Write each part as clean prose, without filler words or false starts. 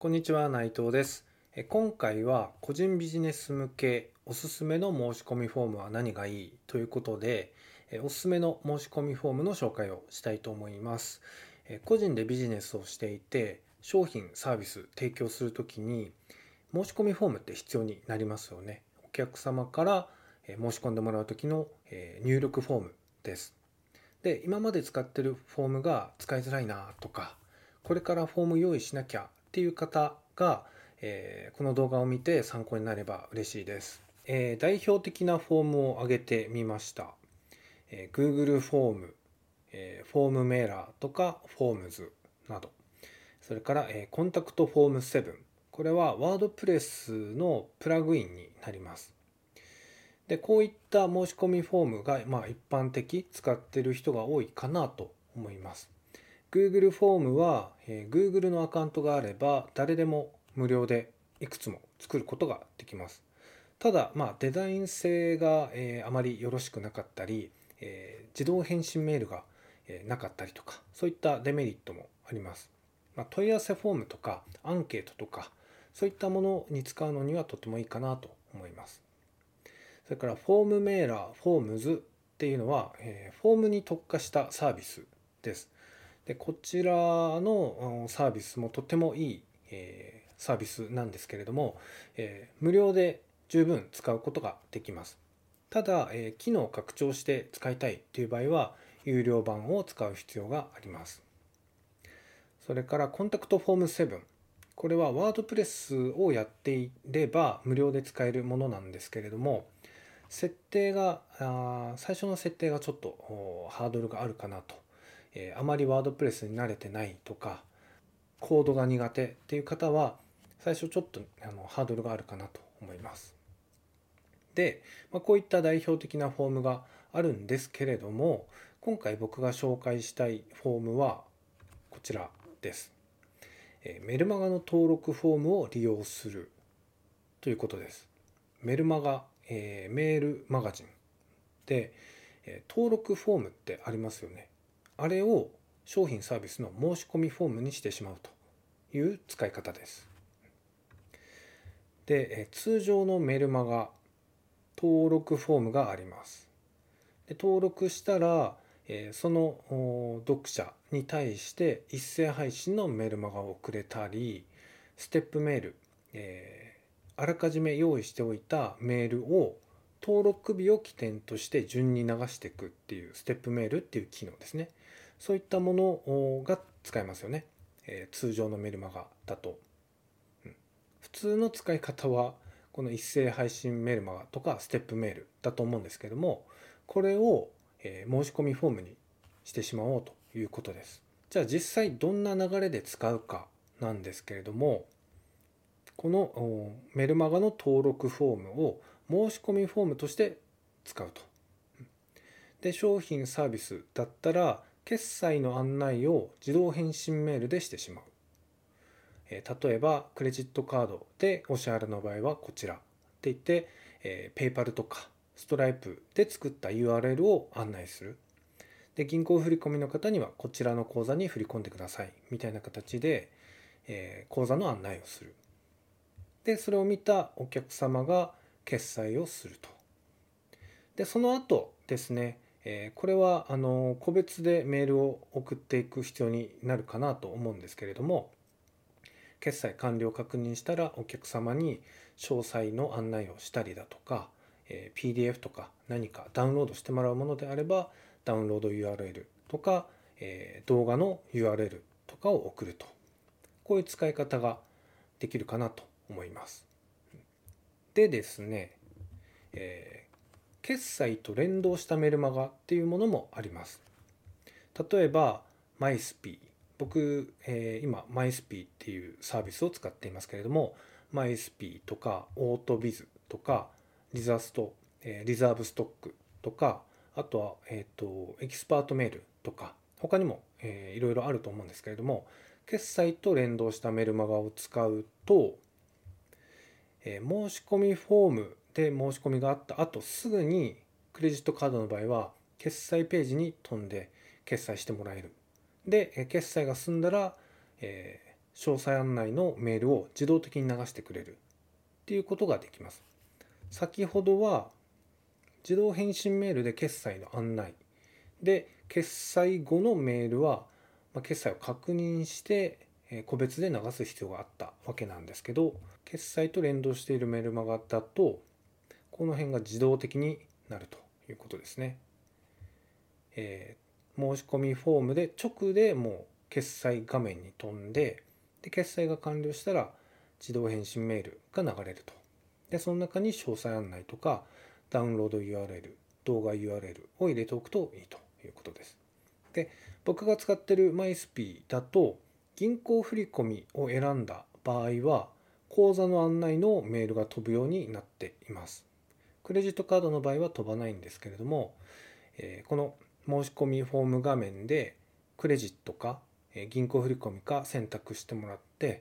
こんにちは、内藤です。今回は個人ビジネス向けおすすめの申し込みフォームは何がいいということで、おすすめの申し込みフォームの紹介をしたいと思います。個人でビジネスをしていて、商品、サービス提供するときに申し込みフォームって必要になりますよね。お客様から申し込んでもらうときの入力フォームです。で、今まで使ってるフォームが使いづらいなとか、これからフォーム用意しなきゃっていう方が、この動画を見て参考になれば嬉しいです。代表的なフォームを挙げてみました。Google フォーム、フォームメーラーとかフォームズなど。それから、コンタクトフォーム7。これはワードプレスのプラグインになります。で、こういった申し込みフォームが、一般的、使っている人が多いかなと思います。Google フォームは、Google のアカウントがあれば誰でも無料でいくつも作ることができます。ただ、デザイン性が、あまりよろしくなかったり、自動返信メールが、なかったりとか、そういったデメリットもあります。問い合わせフォームとかアンケートとか、そういったものに使うのにはとてもいいかなと思います。それからフォームメーラー、フォームズっていうのは、フォームに特化したサービスです。で、こちらのサービスもとてもいい、サービスなんですけれども、無料で十分使うことができます。ただ、機能を拡張して使いたいという場合は、有料版を使う必要があります。それからコンタクトフォーム7。これはワードプレスをやっていれば無料で使えるものなんですけれども、設定が、最初の設定がちょっとハードルがあるかなと。あまりワードプレスに慣れてないとか、コードが苦手っていう方は、最初ちょっとハードルがあるかなと思います。で、こういった代表的なフォームがあるんですけれども、今回僕が紹介したいフォームはこちらです。メルマガの登録フォームを利用するということです。メルマガ、メールマガジンで、登録フォームってありますよね。あれを商品サービスの申し込みフォームにしてしまうという使い方です。で、通常のメルマガ登録フォームがあります。で、登録したら、その読者に対して一斉配信のメルマガを送れたり、ステップメール、あらかじめ用意しておいたメールを登録日を起点として順に流していくっていうステップメールっていう機能ですね。そういったものが使えますよね。通常のメルマガだと。普通の使い方はこの一斉配信メルマガとかステップメールだと思うんですけども、これを申し込みフォームにしてしまおうということです。じゃあ実際どんな流れで使うかなんですけれども、このメルマガの登録フォームを申し込みフォームとして使うと。で、商品サービスだったら決済の案内を自動返信メールでしてしまう。例えばクレジットカードでお支払いの場合はこちらって言って、ペイパルとかストライプで作った URL を案内する。で、銀行振込の方にはこちらの口座に振り込んでくださいみたいな形で、口座の案内をする。で、それを見たお客様が決済をすると。で、その後ですね、これは個別でメールを送っていく必要になるかなと思うんですけれども、決済完了確認したらお客様に詳細の案内をしたりだとか、PDF とか何かダウンロードしてもらうものであればダウンロード URL とか、動画の URL とかを送ると、こういう使い方ができるかなと思います。でですね、決済と連動したメルマガっていうものもあります。例えばマイスピー、僕、今マイスピーっていうサービスを使っていますけれども、マイスピーとかオートビズとかリザスト、リザーブストックとか、あとは、エキスパートメールとか他にも、いろいろあると思うんですけれども、決済と連動したメルマガを使うと、申し込みフォームで申し込みがあった後すぐにクレジットカードの場合は決済ページに飛んで決済してもらえる。で、決済が済んだら、 詳細案内のメールを自動的に流してくれるっていうことができます。先ほどは自動返信メールで決済の案内で、決済後のメールは決済を確認して個別で流す必要があったわけなんですけど、決済と連動しているメルマガだとこの辺が自動的になるということですね。申し込みフォームで直でもう決済画面に飛んで、決済が完了したら自動返信メールが流れると。でその中に詳細案内とかダウンロード URL、動画 URL を入れておくといいということです。で僕が使っているマイスピだと銀行振込を選んだ場合は口座の案内のメールが飛ぶようになっています。クレジットカードの場合は飛ばないんですけれども、この申し込みフォーム画面でクレジットか銀行振込か選択してもらって、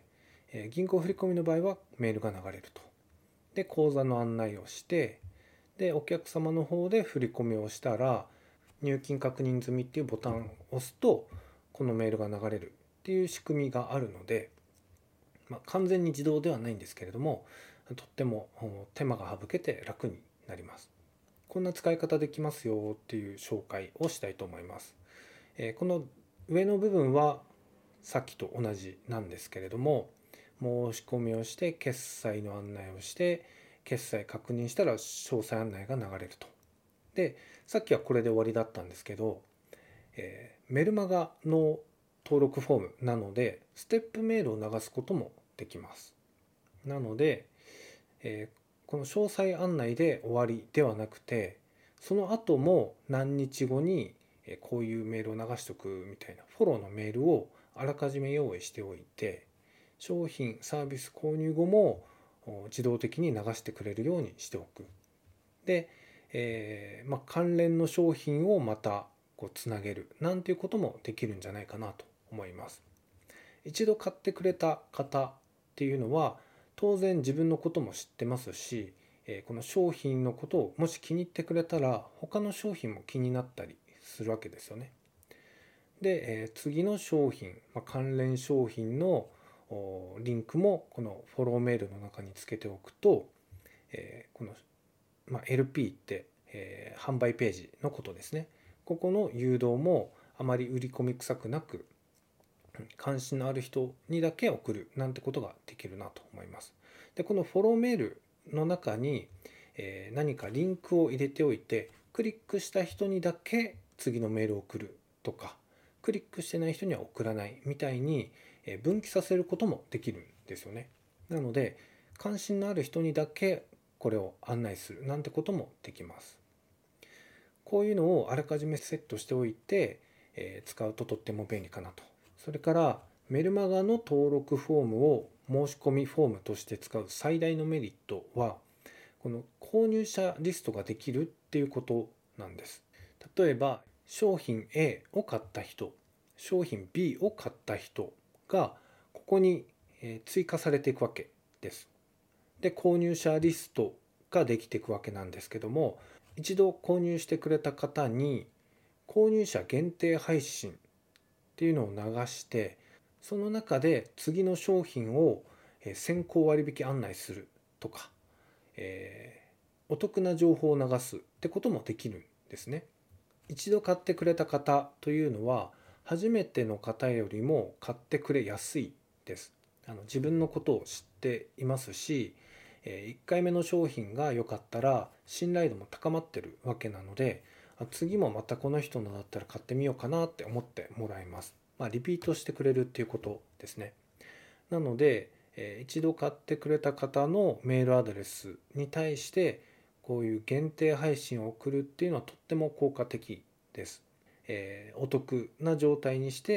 銀行振込の場合はメールが流れると。で口座の案内をして、でお客様の方で振り込みをしたら入金確認済みっていうボタンを押すとこのメールが流れるっていう仕組みがあるので、完全に自動ではないんですけれども、とっても手間が省けて楽になります。こんな使い方できますよっていう紹介をしたいと思います。この上の部分はさっきと同じなんですけれども、申し込みをして決済の案内をして決済確認したら詳細案内が流れると。でさっきはこれで終わりだったんですけど、メルマガの登録フォームなのでステップメールを流すこともできます。なので、この詳細案内で終わりではなくて、その後も何日後にこういうメールを流しておくみたいなフォローのメールをあらかじめ用意しておいて、商品サービス購入後も自動的に流してくれるようにしておく。で、関連の商品をまたつなげるなんていうこともできるんじゃないかなと思います。一度買ってくれた方っていうのは当然自分のことも知ってますし、この商品のことをもし気に入ってくれたら他の商品も気になったりするわけですよね。で、次の商品、関連商品のリンクもこのフォローメールの中につけておくと、この、LP って、販売ページのことですね。ここの誘導もあまり売り込み臭くなく、関心のある人にだけ送るなんてことができるなと思います。でこのフォローメールの中に、何かリンクを入れておいてクリックした人にだけ次のメールを送るとか、クリックしてない人には送らないみたいに分岐させることもできるんですよね。なので関心のある人にだけこれを案内するなんてこともできます。こういうのをあらかじめセットしておいて、使うととっても便利かなと。それからメルマガの登録フォームを申し込みフォームとして使う最大のメリットはこの購入者リストができるっていうことなんです。例えば商品 A を買った人、商品 B を買った人がここに追加されていくわけです。で購入者リストができていくわけなんですけども、一度購入してくれた方に購入者限定配信っていうのを流して、その中で次の商品を先行割引案内するとか、お得な情報を流すってこともできるんですね。一度買ってくれた方というのは初めての方よりも買ってくれやすいです。自分のことを知っていますし、1回目の商品が良かったら信頼度も高まってるわけなので、次もまたこの人のだったら買ってみようかなって思ってもらえます。リピートしてくれるっていうことですね。なので、一度買ってくれた方のメールアドレスに対してこういう限定配信を送るっていうのはとっても効果的です。お得な状態にして、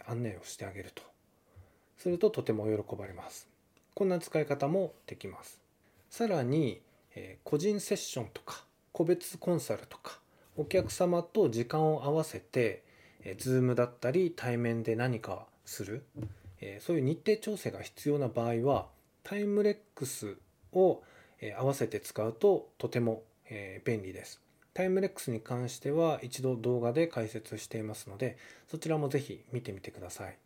案内をしてあげるとするととても喜ばれます。こんな使い方もできます。さらに、個人セッションとか個別コンサルとかお客様と時間を合わせて、Zoom だったり対面で何かする、そういう日程調整が必要な場合はタイムレックスを合わせて使うととても便利です。タイムレックスに関しては一度動画で解説していますので、そちらもぜひ見てみてください。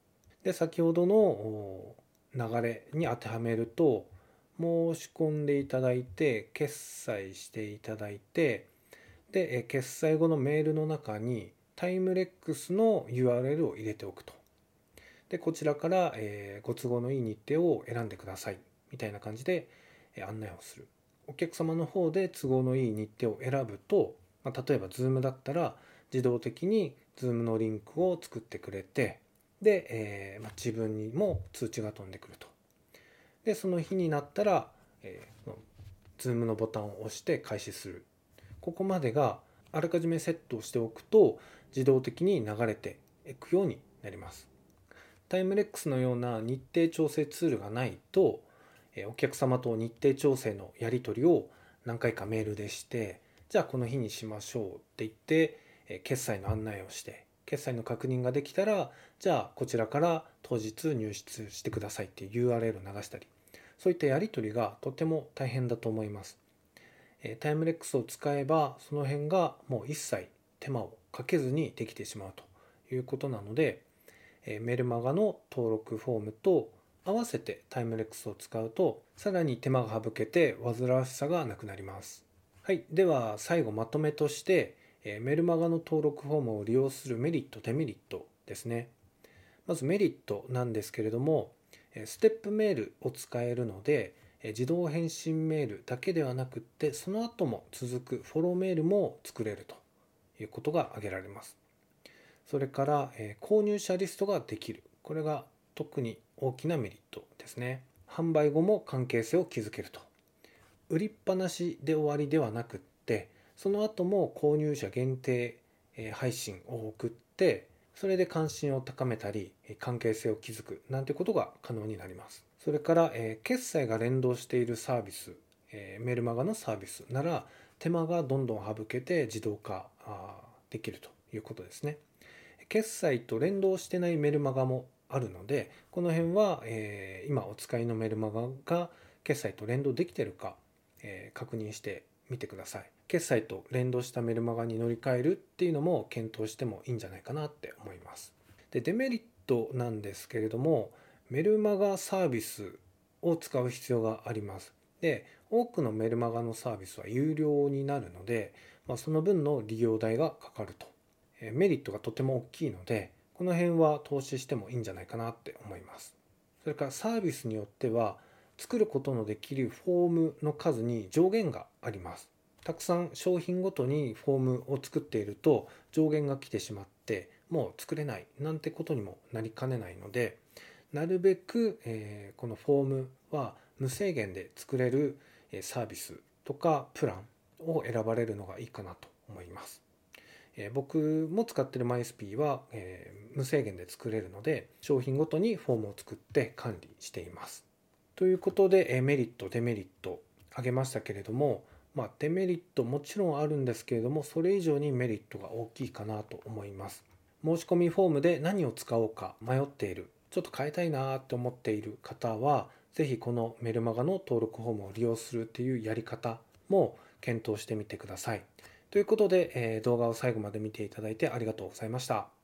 で、先ほどの流れに当てはめると、申し込んでいただいて、決済していただいて、で、決済後のメールの中にタイムレックスの URL を入れておくと。で、こちらから、ご都合のいい日程を選んでくださいみたいな感じで案内をする。お客様の方で都合のいい日程を選ぶと、例えば Zoom だったら自動的に Zoom のリンクを作ってくれて、で、自分にも通知が飛んでくると。で、その日になったら、Zoom のボタンを押して開始する。ここまでがあらかじめセットをしておくと自動的に流れていくようになります。タイムレックスのような日程調整ツールがないと、お客様と日程調整のやり取りを何回かメールでして、じゃあこの日にしましょうって言って、決済の案内をして、決済の確認ができたら、じゃあこちらから当日入室してくださいっていう URL を流したり、そういったやり取りがとても大変だと思います。タイムレックスを使えばその辺がもう一切手間をかけずにできてしまうということなので、メルマガの登録フォームと合わせてタイムレックスを使うとさらに手間が省けて煩わしさがなくなります。はい、では最後まとめとして、メルマガの登録フォームを利用するメリットデメリットですね。まずメリットなんですけれども、ステップメールを使えるので自動返信メールだけではなくってその後も続くフォローメールも作れるということが挙げられます。それから、購入者リストができる。これが特に大きなメリットですね。販売後も関係性を築けると。売りっぱなしで終わりではなくって、その後も購入者限定配信を送って、それで関心を高めたり、関係性を築くなんてことが可能になります。それから、決済が連動しているサービス、メルマガのサービスなら、手間がどんどん省けて自動化できるということですね。決済と連動してないメルマガもあるので、この辺は、今お使いのメルマガが決済と連動できているか、確認してみてください。決済と連動したメルマガに乗り換えるっていうのも検討してもいいんじゃないかなって思います。で、デメリットなんですけれども、メルマガサービスを使う必要があります。で、多くのメルマガのサービスは有料になるので、その分の利用代がかかると。メリットがとても大きいので、この辺は投資してもいいんじゃないかなって思います。それからサービスによっては、作ることのできるフォームの数に上限があります。たくさん商品ごとにフォームを作っていると上限が来てしまってもう作れないなんてことにもなりかねないので、なるべくこのフォームは無制限で作れるサービスとかプランを選ばれるのがいいかなと思います。僕も使っている MySP は無制限で作れるので商品ごとにフォームを作って管理しています。ということでメリットデメリット挙げましたけれども、デメリットもちろんあるんですけれどもそれ以上にメリットが大きいかなと思います。申し込みフォームで何を使おうか迷っている、ちょっと変えたいなって思っている方はぜひこのメルマガの登録フォームを利用するっていうやり方も検討してみてください。ということで、動画を最後まで見ていただいてありがとうございました。